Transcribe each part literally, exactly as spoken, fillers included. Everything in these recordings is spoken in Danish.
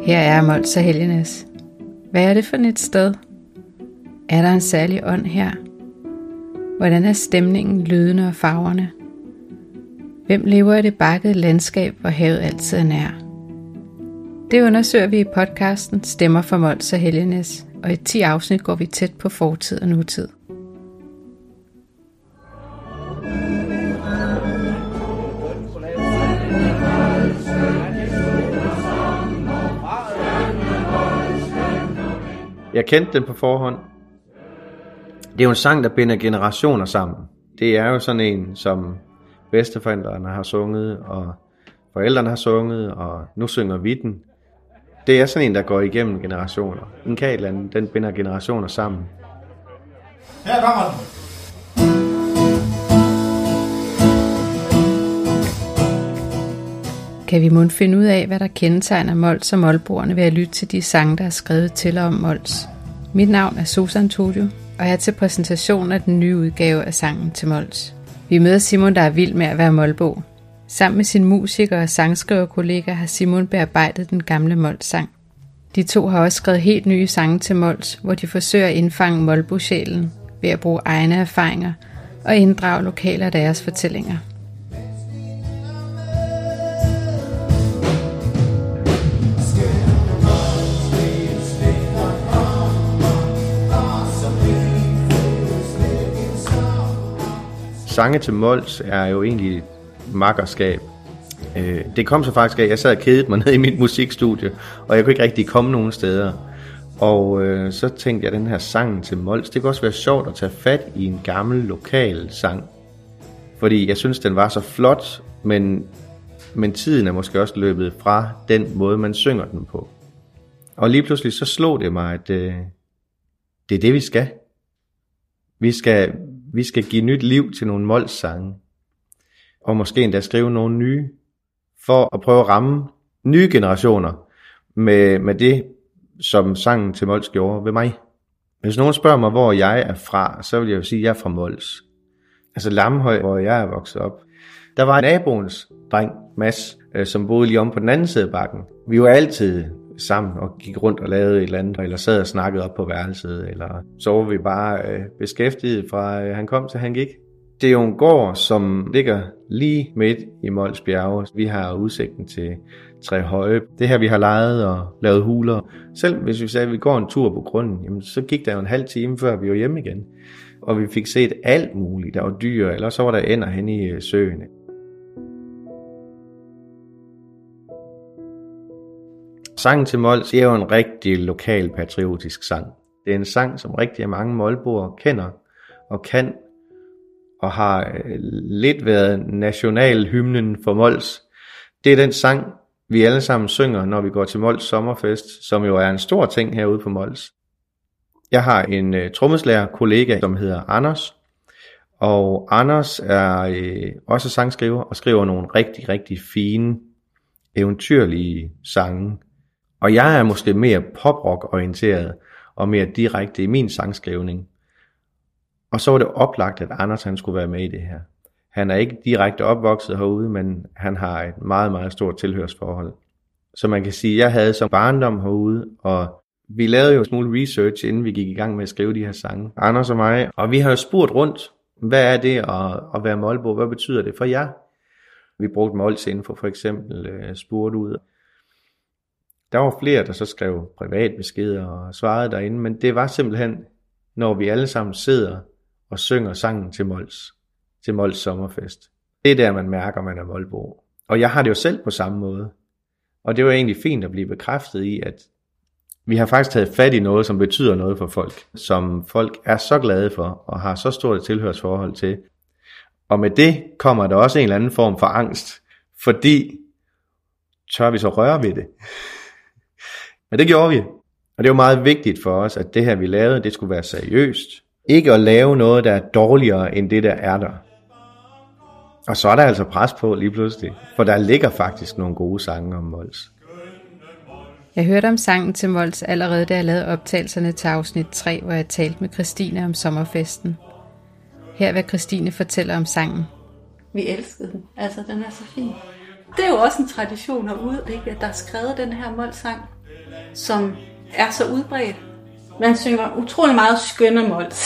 Her er Mols og Helgenæs. Hvad er det for et sted? Er der en særlig ånd her? Hvordan er stemningen, lydene og farverne? Hvem lever i det bakkede landskab, hvor havet altid er nær? Det undersøger vi i podcasten Stemmer fra Mols og Helgenæs, og i ti afsnit går vi tæt på fortid og nutid. Jeg kendte den på forhånd. Det er jo en sang, der binder generationer sammen. Det er jo sådan en, som bedsteforældrene har sunget, og forældrene har sunget, og nu synger vi den. Det er sådan en, der går igennem generationer. En Kaland, den binder generationer sammen. Her kommer den. Kan vi mon finde ud af, hvad der kendetegner Mols og Molboerne ved at lytte til de sange, der er skrevet til og om Mols? Mit navn er Susan Todio, og jeg er til præsentation af den nye udgave af sangen til Mols. Vi møder Simon, der er vild med at være Molbo. Sammen med sin musiker og sangskriverkollega har Simon bearbejdet den gamle Mols-sang. De to har også skrevet helt nye sange til Mols, hvor de forsøger at indfange Molbo-sjælen ved at bruge egne erfaringer og inddrage lokale af deres fortællinger. Sange til Mols er jo egentlig makkerskab. Det kom så faktisk af, at jeg sad og kedede mig ned i mit musikstudie, og jeg kunne ikke rigtig komme nogen steder. Og øh, så tænkte jeg, at den her sang til Mols, det kunne også være sjovt at tage fat i en gammel lokal sang. Fordi jeg synes, den var så flot, men, men tiden er måske også løbet fra den måde, man synger den på. Og lige pludselig så slog det mig, at øh, det er det, vi skal. Vi skal... Vi skal give nyt liv til nogle Mols-sange, og måske endda skrive nogle nye, for at prøve at ramme nye generationer med, med det, som sangen til Mols gjorde ved mig. Hvis nogen spørger mig, hvor jeg er fra, så vil jeg jo sige, at jeg er fra Mols. Altså Lamhøj, hvor jeg er vokset op. Der var naboens dreng, Mads, som boede lige om på den anden side af bakken. Vi var altid sammen og gik rundt og lavede et eller andet, eller sad og snakkede op på værelset, eller så var vi bare øh, beskæftiget fra øh, han kom til han gik. Det er jo en gård, som ligger lige midt i Mols bjerge. Vi har udsigten til Trehøje. Det her vi har leget og lavet huler. Selv hvis vi sagde, at vi går en tur på grunden, jamen, så gik der jo en halv time før vi var hjemme igen. Og vi fik set alt muligt. Der var dyr, eller så var der ender hen i øh, søerne. Sangen til Mols er jo en rigtig lokal patriotisk sang. Det er en sang, som rigtig mange molboer kender og kan, og har lidt været nationalhymnen for Mols. Det er den sang, vi alle sammen synger, når vi går til Mols sommerfest, som jo er en stor ting herude på Mols. Jeg har en uh, trommeslager kollega, som hedder Anders, og Anders er uh, også sangskriver og skriver nogle rigtig, rigtig fine, eventyrlige sange. Og jeg er måske mere poprock-orienteret og mere direkte i min sangskrivning. Og så var det oplagt, at Anders han skulle være med i det her. Han er ikke direkte opvokset herude, men han har et meget, meget stort tilhørsforhold. Så man kan sige, at jeg havde som barndom herude, og vi lavede jo en smule research, inden vi gik i gang med at skrive de her sange. Anders og mig. Og vi har jo spurgt rundt, hvad er det at, at være molbo? Hvad betyder det for jer? Vi brugte Mols info for eksempel uh, spurgt ud. Der var flere, der så skrev privatbeskeder og svarede derinde, men det var simpelthen, når vi alle sammen sidder og synger sangen til Mols, til Mols sommerfest. Det er der, man mærker, man er molbo. Og jeg har det jo selv på samme måde. Og det var egentlig fint at blive bekræftet i, at vi har faktisk taget fat i noget, som betyder noget for folk, som folk er så glade for og har så stort et tilhørsforhold til. Og med det kommer der også en eller anden form for angst, fordi tør vi så røre ved det? Men det gjorde vi. Og det var meget vigtigt for os, at det her vi lavede, det skulle være seriøst. Ikke at lave noget, der er dårligere end det, der er der. Og så er der altså pres på lige pludselig, for der ligger faktisk nogle gode sange om Mols. Jeg hørte om sangen til Mols allerede, da jeg lavede optagelserne til afsnit tre, hvor jeg talte med Christine om sommerfesten. Her vil Christine fortælle om sangen. Vi elskede den. Altså, den er så fin. Det er jo også en tradition herude, ikke? At der er skrevet den her Mols-sang. som er så udbredt. Man synger utrolig meget skønne Mols.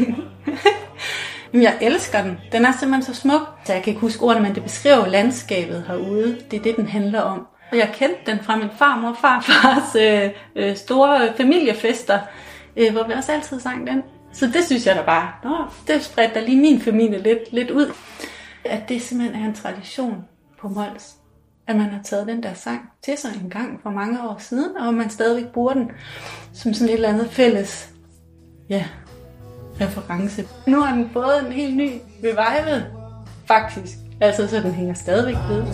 Jeg elsker den. Den er simpelthen så smuk. Så jeg kan ikke huske ordene, men det beskriver landskabet herude. Det er det, den handler om. Og jeg kendte den fra min farmor og farfars øh, øh, store familiefester, øh, hvor vi også altid sang den. Så det synes jeg da bare, nå, det spredte da lige min familie lidt, lidt ud. At det simpelthen er en tradition på Mols, at man har taget den der sang til sig en gang for mange år siden, og man stadigvæk bruger den som sådan et eller andet fælles, ja, reference. Nu har den fået en helt ny revival, faktisk. Altså, så den hænger stadigvæk ved.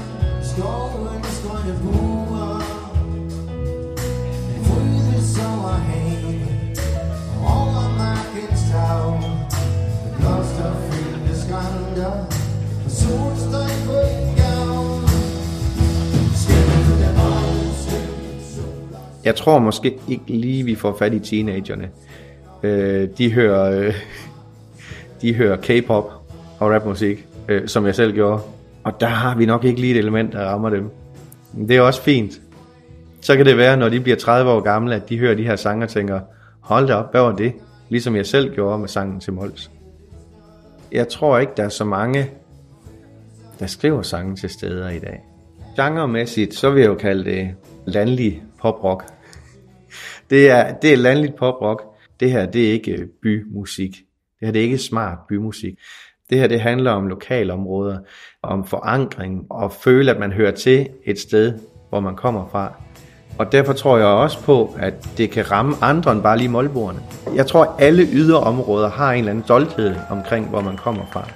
Jeg tror måske ikke lige, vi får fat i teenagerne. Øh, de hører, øh, de hører K-pop og rapmusik, øh, som jeg selv gjorde. Og der har vi nok ikke lige et element, der rammer dem. Men det er også fint. Så kan det være, når de bliver tredive år gamle, at de hører de her sange og tænker, hold da op, hvad var det? Ligesom jeg selv gjorde med sangen til Mols. Jeg tror ikke, der er så mange, der skriver sange til steder i dag. Genremæssigt, så vil jeg jo kalde det landlig poprock. Det er, det er landligt poprock. Det her, det er ikke bymusik. Det her, det er ikke smart bymusik. Det her, det handler om lokalområder, om forankring og føle, at man hører til et sted, hvor man kommer fra. Og derfor tror jeg også på, at det kan ramme andre end bare lige målbordene. Jeg tror, at alle yderområder har en eller anden stolthed omkring, hvor man kommer fra.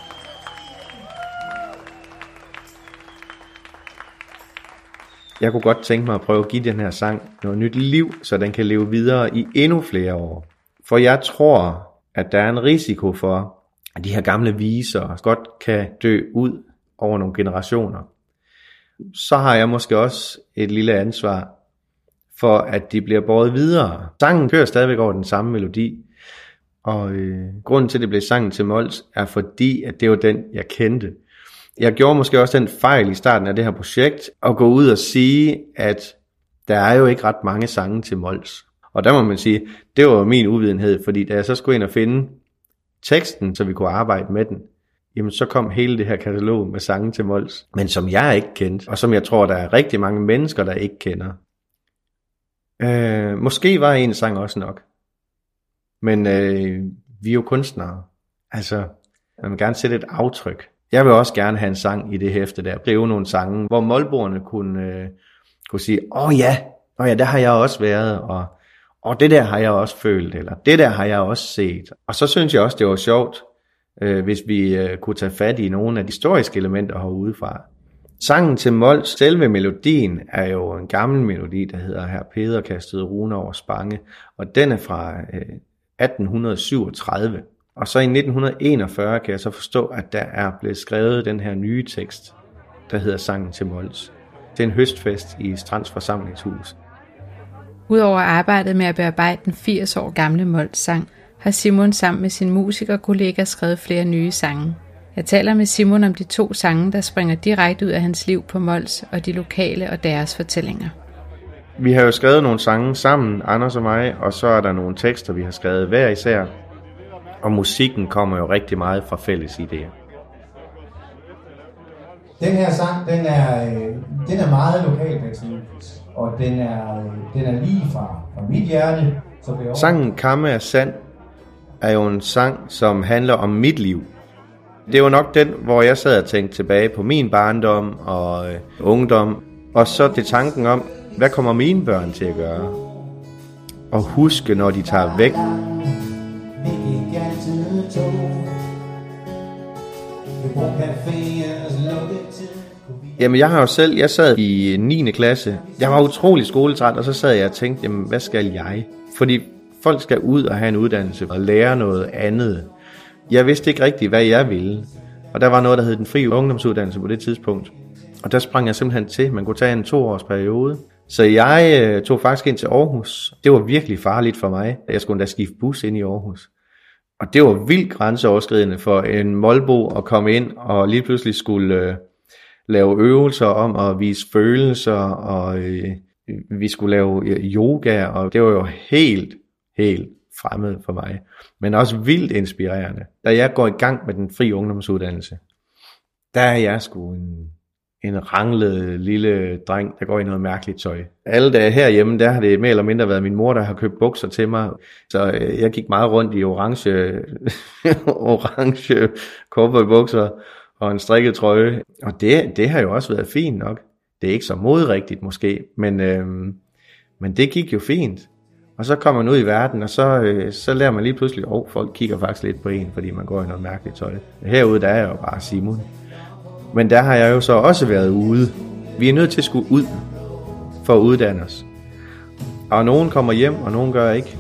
Jeg kunne godt tænke mig at prøve at give den her sang noget nyt liv, så den kan leve videre i endnu flere år. For jeg tror, at der er en risiko for, at de her gamle viser godt kan dø ud over nogle generationer. Så har jeg måske også et lille ansvar for, at de bliver båret videre. Sangen kører stadigvæk over den samme melodi, og øh, grunden til, at det blev sangen til Mols, er fordi, at det var den, jeg kendte. Jeg gjorde måske også den fejl i starten af det her projekt, at gå ud og sige, at der er jo ikke ret mange sange til Mols. Og der må man sige, det var min uvidenhed, fordi da jeg så skulle ind og finde teksten, så vi kunne arbejde med den, jamen så kom hele det her katalog med sange til Mols, men som jeg ikke kendte, og som jeg tror, der er rigtig mange mennesker, der ikke kender. Øh, måske var en sang også nok, men øh, vi er jo kunstnere, altså man vil gerne sætte et aftryk. Jeg vil også gerne have en sang i det hæfte der, skrive nogle sange, hvor målbordene kunne, øh, kunne sige, åh oh, ja, oh, ja, der har jeg også været, og, og det der har jeg også følt, eller det der har jeg også set. Og så synes jeg også, det var sjovt, øh, hvis vi øh, kunne tage fat i nogle af de historiske elementer herudefra. Sangen til Mols, selve melodien, er jo en gammel melodi, der hedder Herr Peder kastede runer over Spange, og den er fra øh, atten syvogtredive. Og så i nitten enogfyrre kan jeg så forstå, at der er blevet skrevet den her nye tekst, der hedder Sangen til Mols. Det er en høstfest i Strands forsamlingshus. Udover arbejdet med at bearbejde den firs år gamle Mols-sang, har Simon sammen med sin musikerkollega skrevet flere nye sange. Jeg taler med Simon om de to sange, der springer direkte ud af hans liv på Mols, og de lokale og deres fortællinger. Vi har jo skrevet nogle sange sammen, Anders og mig, og så er der nogle tekster, vi har skrevet hver især. Og musikken kommer jo rigtig meget fra fælles idéer. Den her sang, den er, den er meget lokalpatriotisk, og den er, den er lige fra, fra mit hjerte. Så det er Sangen Kamme er sand er jo en sang, som handler om mit liv. Det var nok den, hvor jeg sad og tænkte tilbage på min barndom og øh, ungdom. Og så det tanken om, hvad kommer mine børn til at gøre? Og huske, når de tager væk. Jamen jeg har jo selv, jeg sad i niende klasse, jeg var utrolig skoletræt, og så sad jeg og tænkte, jamen hvad skal jeg? Fordi folk skal ud og have en uddannelse og lære noget andet. Jeg vidste ikke rigtigt, hvad jeg ville, og der var noget, der hed den frie ungdomsuddannelse på det tidspunkt. Og der sprang jeg simpelthen til, man kunne tage en to års periode. Så jeg øh, tog faktisk ind til Aarhus. Det var virkelig farligt for mig. Jeg skulle endda skifte bus ind i Aarhus. Og det var vildt grænseoverskridende for en målbo at komme ind og lige pludselig skulle øh, lave øvelser om at vise følelser og øh, vi skulle lave yoga, og det var jo helt, helt fremmed for mig, men også vildt inspirerende. Da jeg går i gang med den fri ungdomsuddannelse, der er jeg sgu en, en ranglet lille dreng, der går i noget mærkeligt tøj. Alle dage herhjemme, der har det mere eller mindre været min mor, der har købt bukser til mig, så jeg gik meget rundt i orange, orange cowboybukser og en strikket trøje, og det, det har jo også været fint nok. Det er ikke så moderigtigt måske, men, øhm, men det gik jo fint. Og så kommer man ud i verden, og så, øh, så lærer man lige pludselig, at oh, folk kigger faktisk lidt på en, fordi man går i noget mærkeligt tøj. Herude, der er jeg jo bare Simon. Men der har jeg jo så også været ude. Vi er nødt til at skulle ud for at uddanne os. Og nogen kommer hjem, og nogen gør ikke.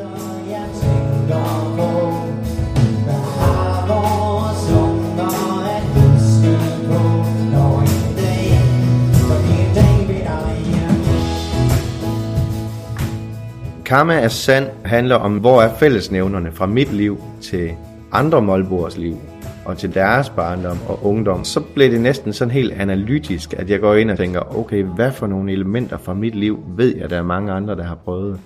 Karma er sand handler om, hvor er fællesnævnerne fra mit liv til andre målboers liv og til deres barndom og ungdom. Så bliver det næsten sådan helt analytisk, at jeg går ind og tænker, okay, hvad for nogle elementer fra mit liv ved jeg, der er mange andre, der har prøvet.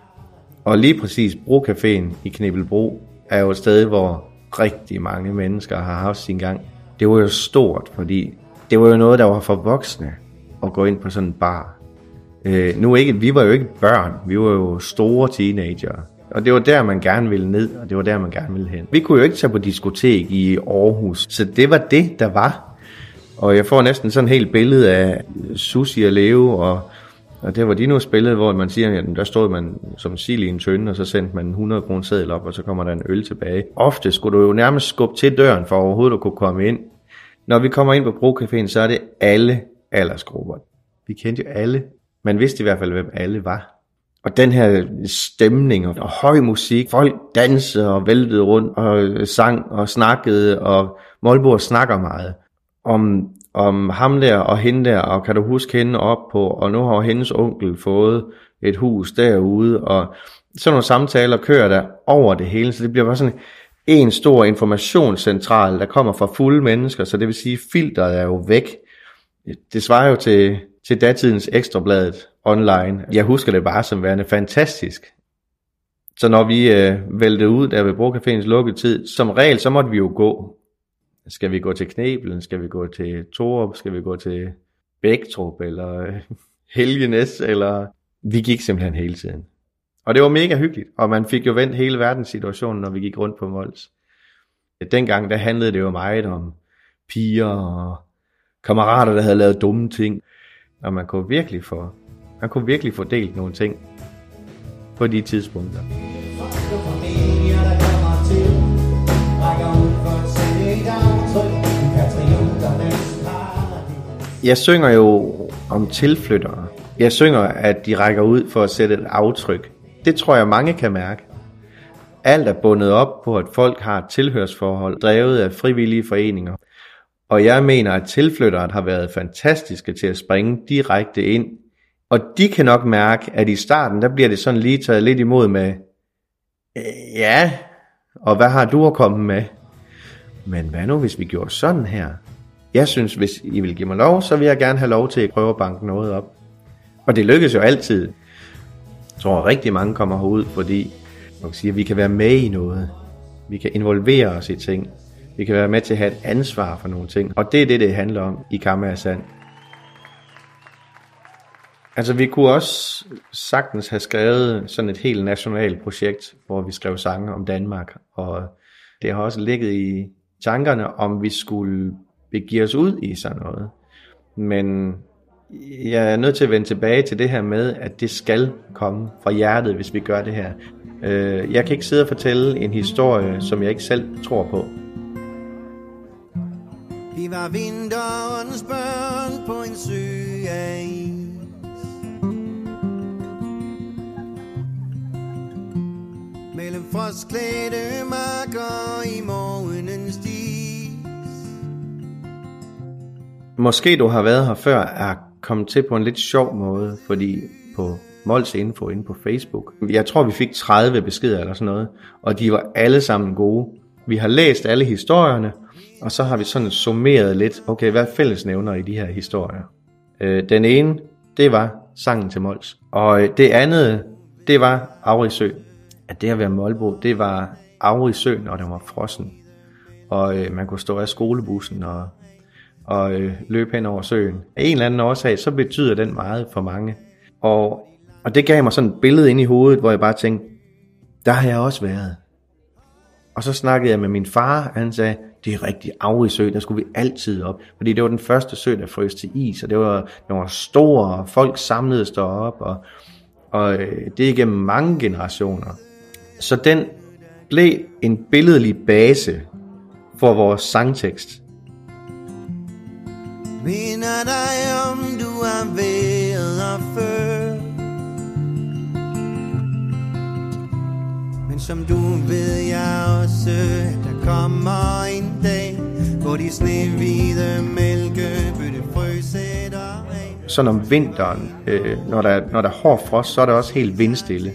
Og lige præcis Brocaféen i Knebelbro er jo et sted, hvor rigtig mange mennesker har haft sin gang. Det var jo stort, fordi det var jo noget, der var for voksne at gå ind på sådan en bar. Øh, nu ikke, vi var jo ikke børn, vi var jo store teenager, og det var der man gerne ville ned, og det var der man gerne ville hen. Vi kunne jo ikke tage på diskotek i Aarhus, så det var det der var. Og jeg får næsten sådan et helt billede af Sushi og Leo, og, og det var de nu spillede, hvor man siger, at der stod man som sild i en tønde, og så sendte man en hundrede kroner seddel op, og så kommer der en øl tilbage. Ofte skulle du jo nærmest skubbe til døren for overhovedet at kunne komme ind. Når vi kommer ind på Brocaféen, så er det alle aldersgrupper. Vi kendte jo alle. Man vidste i hvert fald, hvem alle var. Og den her stemning og høj musik, folk dansede og væltede rundt og sang og snakkede, og målboer snakker meget om, om ham der og hende der, og kan du huske hende op på, og nu har hendes onkel fået et hus derude, og sådan nogle samtaler kører der over det hele, så det bliver bare sådan en stor informationscentral, der kommer fra fulde mennesker, så det vil sige, filteret er jo væk. Det svarer jo til... til datidens Ekstrabladet online. Jeg husker det bare som værende fantastisk. Så når vi øh, væltede ud der ved Brocaféens lukketid, som regel så måtte vi jo gå. Skal vi gå til Knebelen? Skal vi gå til Torup? Skal vi gå til Bæktrup? Eller øh, Helgenæs? Eller... Vi gik simpelthen hele tiden. Og det var mega hyggeligt. Og man fik jo vendt hele verdenssituationen, når vi gik rundt på Mols. Dengang der handlede det jo meget om piger og kammerater, der havde lavet dumme ting. Og man kunne virkelig få, man kunne virkelig få delt nogle ting på de tidspunkter. Jeg synger jo om tilflyttere. Jeg synger, at de rækker ud for at sætte et aftryk. Det tror jeg mange kan mærke. Alt er bundet op på, at folk har et tilhørsforhold, drevet af frivillige foreninger. Og jeg mener, at tilflytteren har været fantastiske til at springe direkte ind. Og de kan nok mærke, at i starten, der bliver det sådan lige taget lidt imod med, ja, og hvad har du at komme med? Men hvad nu, hvis vi gjorde sådan her? Jeg synes, hvis I vil give mig lov, så vil jeg gerne have lov til at prøve at banke noget op. Og det lykkes jo altid. Jeg tror, at rigtig mange kommer herud, fordi man siger, at vi kan være med i noget. Vi kan involvere os i ting. Vi kan være med til at have et ansvar for nogle ting. Og det er det, det handler om i Karma er sand. Altså vi kunne også sagtens have skrevet sådan et helt nationalt projekt, hvor vi skrev sange om Danmark. Og det har også ligget i tankerne, om vi skulle begive os ud i sådan noget. Men jeg er nødt til at vende tilbage til det her med, at det skal komme fra hjertet, hvis vi gør det her. Jeg kan ikke sidde og fortælle en historie, som jeg ikke selv tror på. Vi var vinterens børn på en sø af is. Mellem frostklædte marker i morgenens dis. Måske du har været her før, er kommet til på en lidt sjov måde, fordi på Mols Info inde på Facebook, jeg tror vi fik tredive beskeder eller sådan noget, og de var alle sammen gode. Vi har læst alle historierne, og så har vi sådan summeret lidt, okay, hvad er fællesnævner i de her historier? Øh, den ene, det var, sangen til Mols. Og det andet, det var Aurisø. At det at være Molbo, det var Aurisø, når den var frossen. Og øh, man kunne stå af skolebussen og, og øh, løbe hen over søen. Af en eller anden årsag, så betyder den meget for mange. Og, og det gav mig sådan et billede ind i hovedet, hvor jeg bare tænkte, der har jeg også været. Og så snakkede jeg med min far, og han sagde, det er rigtig Aurisø, der skulle vi altid op. Fordi det var den første sø, der frøs til is, og det var, det var stor, og folk samledes derop, og, og det er igennem mange generationer. Så den blev en billedlig base for vores sangtekst. Minder dig om du har været her før, men som du ved jeg også, der kommer en dag, hvor de snehvide mælkebøtte frøsætter af. Sådan om vinteren, øh, når, der, når der er hård frost, så er der også helt vindstille.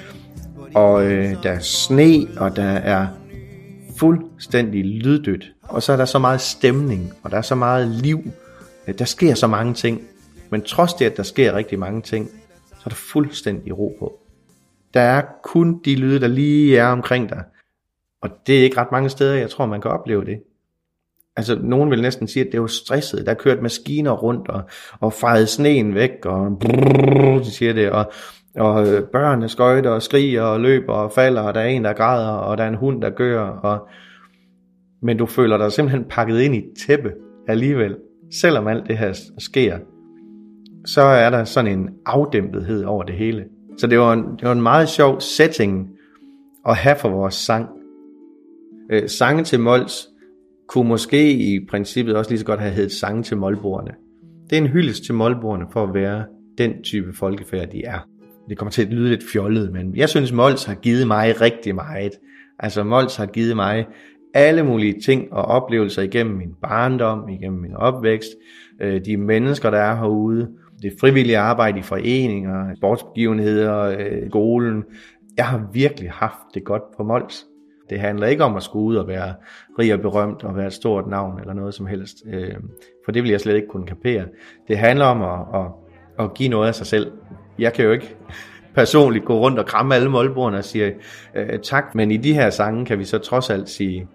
Og øh, der er sne, og der er fuldstændig lyddødt. Og så er der så meget stemning, og der er så meget liv. Der sker så mange ting. Men trods det, at der sker rigtig mange ting, så er der fuldstændig ro på. Der er kun de lyde, der lige er omkring dig. Og det er ikke ret mange steder, jeg tror, man kan opleve det. Altså, nogen vil næsten sige, at det er jo stresset. Der er kørt maskiner rundt og, og fejet sneen væk, og brrr, de siger det, og, og børnene skøjter og skriger og løber og falder, og der er en, der græder, og der er en hund, der gør. Og... Men du føler dig simpelthen pakket ind i et tæppe alligevel. Selvom alt det her sker, så er der sådan en afdæmpethed over det hele. Så det var en, det var en meget sjov setting at have for vores sang. Øh, sange til Mols kunne måske i princippet også lige så godt have heddet sange til molboerne. Det er en hyldest til molboerne for at være den type folkefærd, de er. Det kommer til at lyde lidt fjollet, men jeg synes, Mols har givet mig rigtig meget. Altså Mols har givet mig alle mulige ting og oplevelser igennem min barndom, igennem min opvækst, øh, de mennesker, der er herude, det frivillige arbejde i foreninger, sportsbegivenheder, øh, skolen. Jeg har virkelig haft det godt på Mols. Det handler ikke om at skulle ud og være rig og berømt og være et stort navn eller noget som helst, øh, for det vil jeg slet ikke kunne kapere. Det handler om at, at, at give noget af sig selv. Jeg kan jo ikke personligt gå rundt og kramme alle molboerne og sige øh, tak, men i de her sange kan vi så trods alt sige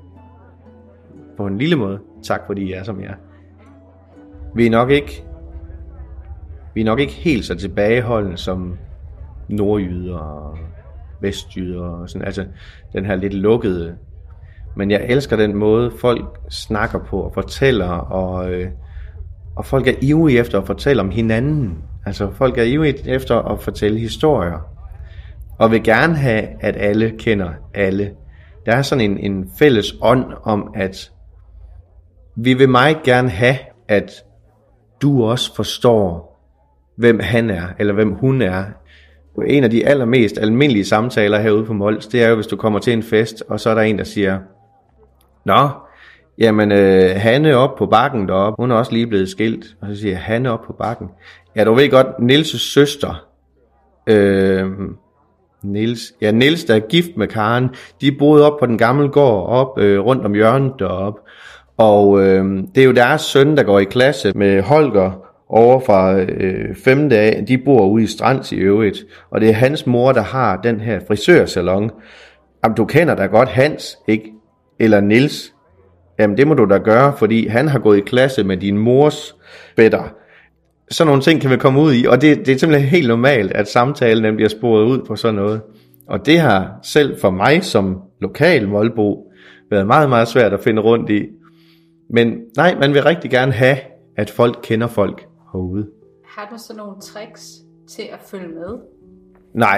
på en lille måde tak, fordi I er som I er. Vi er nok ikke vi er nok ikke helt så tilbageholdende som nordjyder og vestjyder og sådan, altså den her lidt lukkede, men jeg elsker den måde folk snakker på og fortæller, og, øh, og folk er ivrige efter at fortælle om hinanden. Altså folk er ivrige efter at fortælle historier og vil gerne have, at alle kender alle. Der er sådan en, en fælles ånd om, at vi vil meget gerne have, at du også forstår, hvem han er, eller hvem hun er. En af de allermest almindelige samtaler herude på Mols, det er jo, hvis du kommer til en fest, og så er der en, der siger, nå, jamen øh, Hanne op på bakken deroppe, hun er også lige blevet skilt. Og så siger jeg, Hanne op på bakken. Ja, du ved godt, Nils' søster, øh, Niels, ja, Niels, der er gift med Karen, de boede op på den gamle gård, op øh, rundt om hjørnet deroppe. Og øh, det er jo deres søn, der går i klasse med Holger over fra øh, femte af. De bor ude i Strands i øvrigt. Og det er hans mor, der har den her frisørsalon. Jamen, du kender da godt Hans, ikke? Eller Niels. Jamen, det må du da gøre, fordi han har gået i klasse med din mors fætter. Sådan nogle ting kan vi komme ud i, og det, det er simpelthen helt normalt, at samtalen bliver sporet ud på sådan noget. Og det har selv for mig som lokal molbo været meget, meget svært at finde rundt i. Men nej, man vil rigtig gerne have, at folk kender folk herude. Har du så nogle tricks til at følge med? Nej.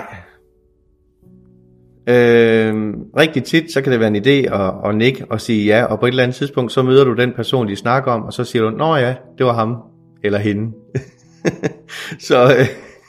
Øh, rigtig tit, så kan det være en idé at, at nikke og sige ja, og på et eller andet tidspunkt, så møder du den person, de snakker om, og så siger du, nå ja, det var ham, eller hende. så øh,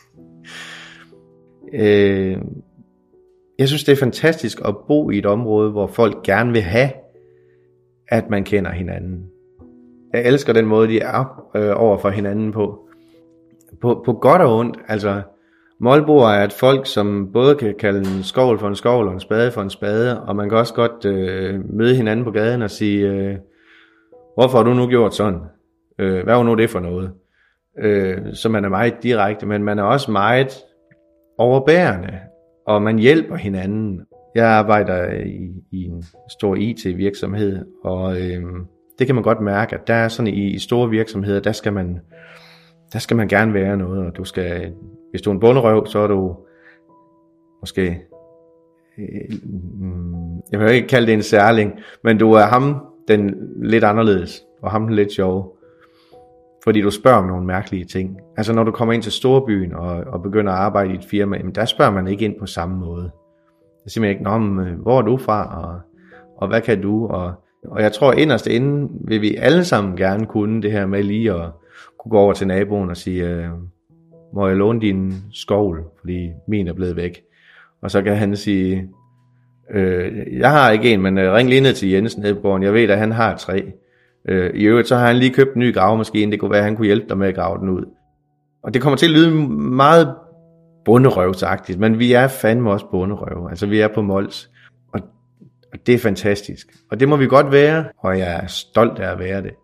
øh, jeg synes, det er fantastisk at bo i et område, hvor folk gerne vil have, at man kender hinanden. Jeg elsker den måde, de er øh, over for hinanden på. på. På godt og ondt, altså molboer er et folk, som både kan kalde en skovl for en skovl og en spade for en spade, og man kan også godt øh, møde hinanden på gaden og sige, øh, hvorfor har du nu gjort sådan? Øh, hvad var nu det for noget? øh, så man er meget direkte, men man er også meget overbærende, og man hjælper hinanden. Jeg arbejder i, i en stor I T-virksomhed, og øh, det kan man godt mærke, at der er sådan i, i store virksomheder, der skal man der skal man gerne være noget, og du skal, hvis du er en bunderøv, så er du måske, øh, jeg vil ikke kalde det en særling, men du er ham den lidt anderledes, og ham den lidt sjove, fordi du spørger om nogle mærkelige ting. Altså når du kommer ind til storbyen og, og begynder at arbejde i et firma, jamen der spørger man ikke ind på samme måde. Der siger man ikke, nå, men, hvor er du fra, og, og hvad kan du, og, og jeg tror inderst inden vil vi alle sammen gerne kunne det her med lige at kunne gå over til naboen og sige, øh, må jeg låne din skovl, fordi min er blevet væk. Og så kan han sige, øh, jeg har ikke en, men ring lige ned til Jensen nede på gården, jeg ved at han har tre. Øh, I øvrigt så har han lige købt en ny gravemaskine, det kunne være at han kunne hjælpe dig med at grave den ud. Og det kommer til at lyde meget bunderøvsagtigt, men vi er fandme også bunderøv, altså vi er på Mols, og, og det er fantastisk. Og det må vi godt være, og jeg er stolt af at være det.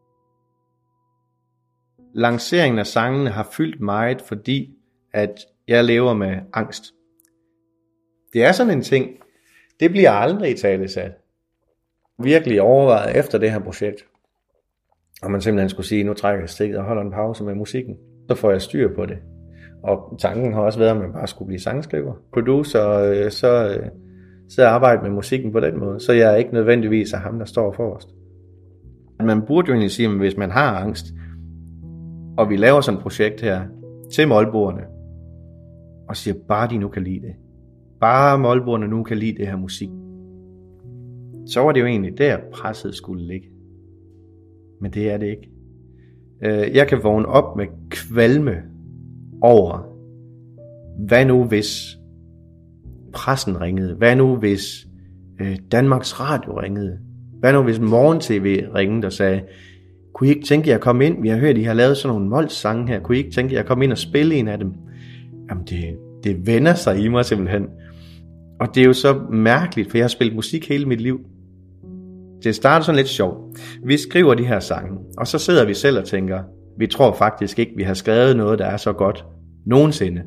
Lanceringen af sangene har fyldt meget, fordi at jeg lever med angst. Det er sådan en ting, det bliver aldrig italesat. Virkelig overvejet efter det her projekt, og man simpelthen skulle sige, nu trækker jeg stikket og holder en pause med musikken, så får jeg styr på det. Og tanken har også været, at man bare skulle blive sangskriver, producer, så, så arbejde med musikken på den måde, så jeg er ikke nødvendigvis af ham, der står forrest. Man burde jo egentlig sige, at hvis man har angst, og vi laver sådan et projekt her til målbordene, og siger, bare de nu kan lide det, bare målbordene nu kan lide det her musik, så var det jo egentlig der, presset skulle ligge. Men det er det ikke. Jeg kan vågne op med kvalme over, hvad nu hvis pressen ringede, hvad nu hvis Danmarks Radio ringede, hvad nu hvis Morgen-tv ringede og sagde, kunne I ikke tænke jer at komme ind, vi har hørt, at I har lavet sådan nogle Mols-sange her, kunne I ikke tænke jer at komme ind og spille en af dem? Jamen det, det vender sig i mig simpelthen. Og det er jo så mærkeligt, for jeg har spillet musik hele mit liv. Det starter sådan lidt sjovt. Vi skriver de her sange, og så sidder vi selv og tænker, vi tror faktisk ikke, vi har skrevet noget, der er så godt nogensinde.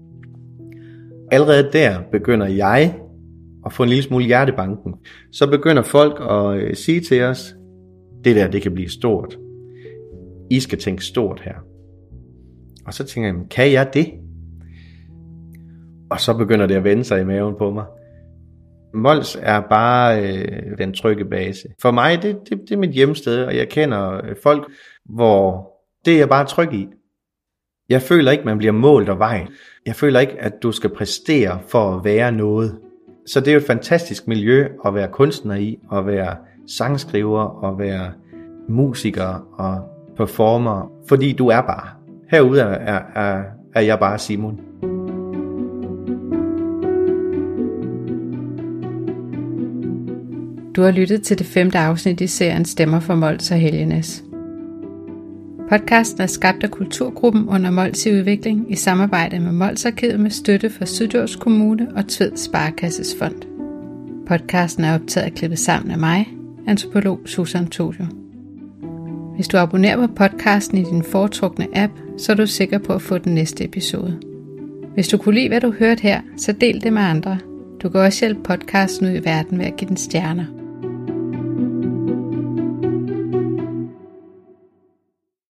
Allerede der begynder jeg at få en lille smule hjertebanken. Så begynder folk at sige til os, det der, det kan blive stort. I skal tænke stort her. Og så tænker jeg, kan jeg det? Og så begynder det at vende sig i maven på mig. Mols er bare øh, den trygge base. For mig, det, det, det er mit hjemsted, og jeg kender folk, hvor det er jeg bare tryg i. Jeg føler ikke, man bliver målt og vejen. Jeg føler ikke, at du skal præstere for at være noget. Så det er jo et fantastisk miljø at være kunstner i, at være sangskriver, og være musiker og performer, fordi du er bare. Herude er, er, er, er jeg bare Simon. Du har lyttet til det femte afsnit i serien Stemmer for Mols og Helgenæs. Podcasten er skabt af Kulturgruppen under Mols i udvikling i samarbejde med Molsarkivet med støtte fra Syddjurs Kommune og Tved Sparekasses Fond. Podcasten er optaget og klippet sammen af mig, antropolog Susan Tojo. Hvis du abonnerer på podcasten i din foretrukne app, så er du sikker på at få den næste episode. Hvis du kunne lide, hvad du hørte her, så del det med andre. Du kan også hjælpe podcasten ud i verden ved at give den stjerner.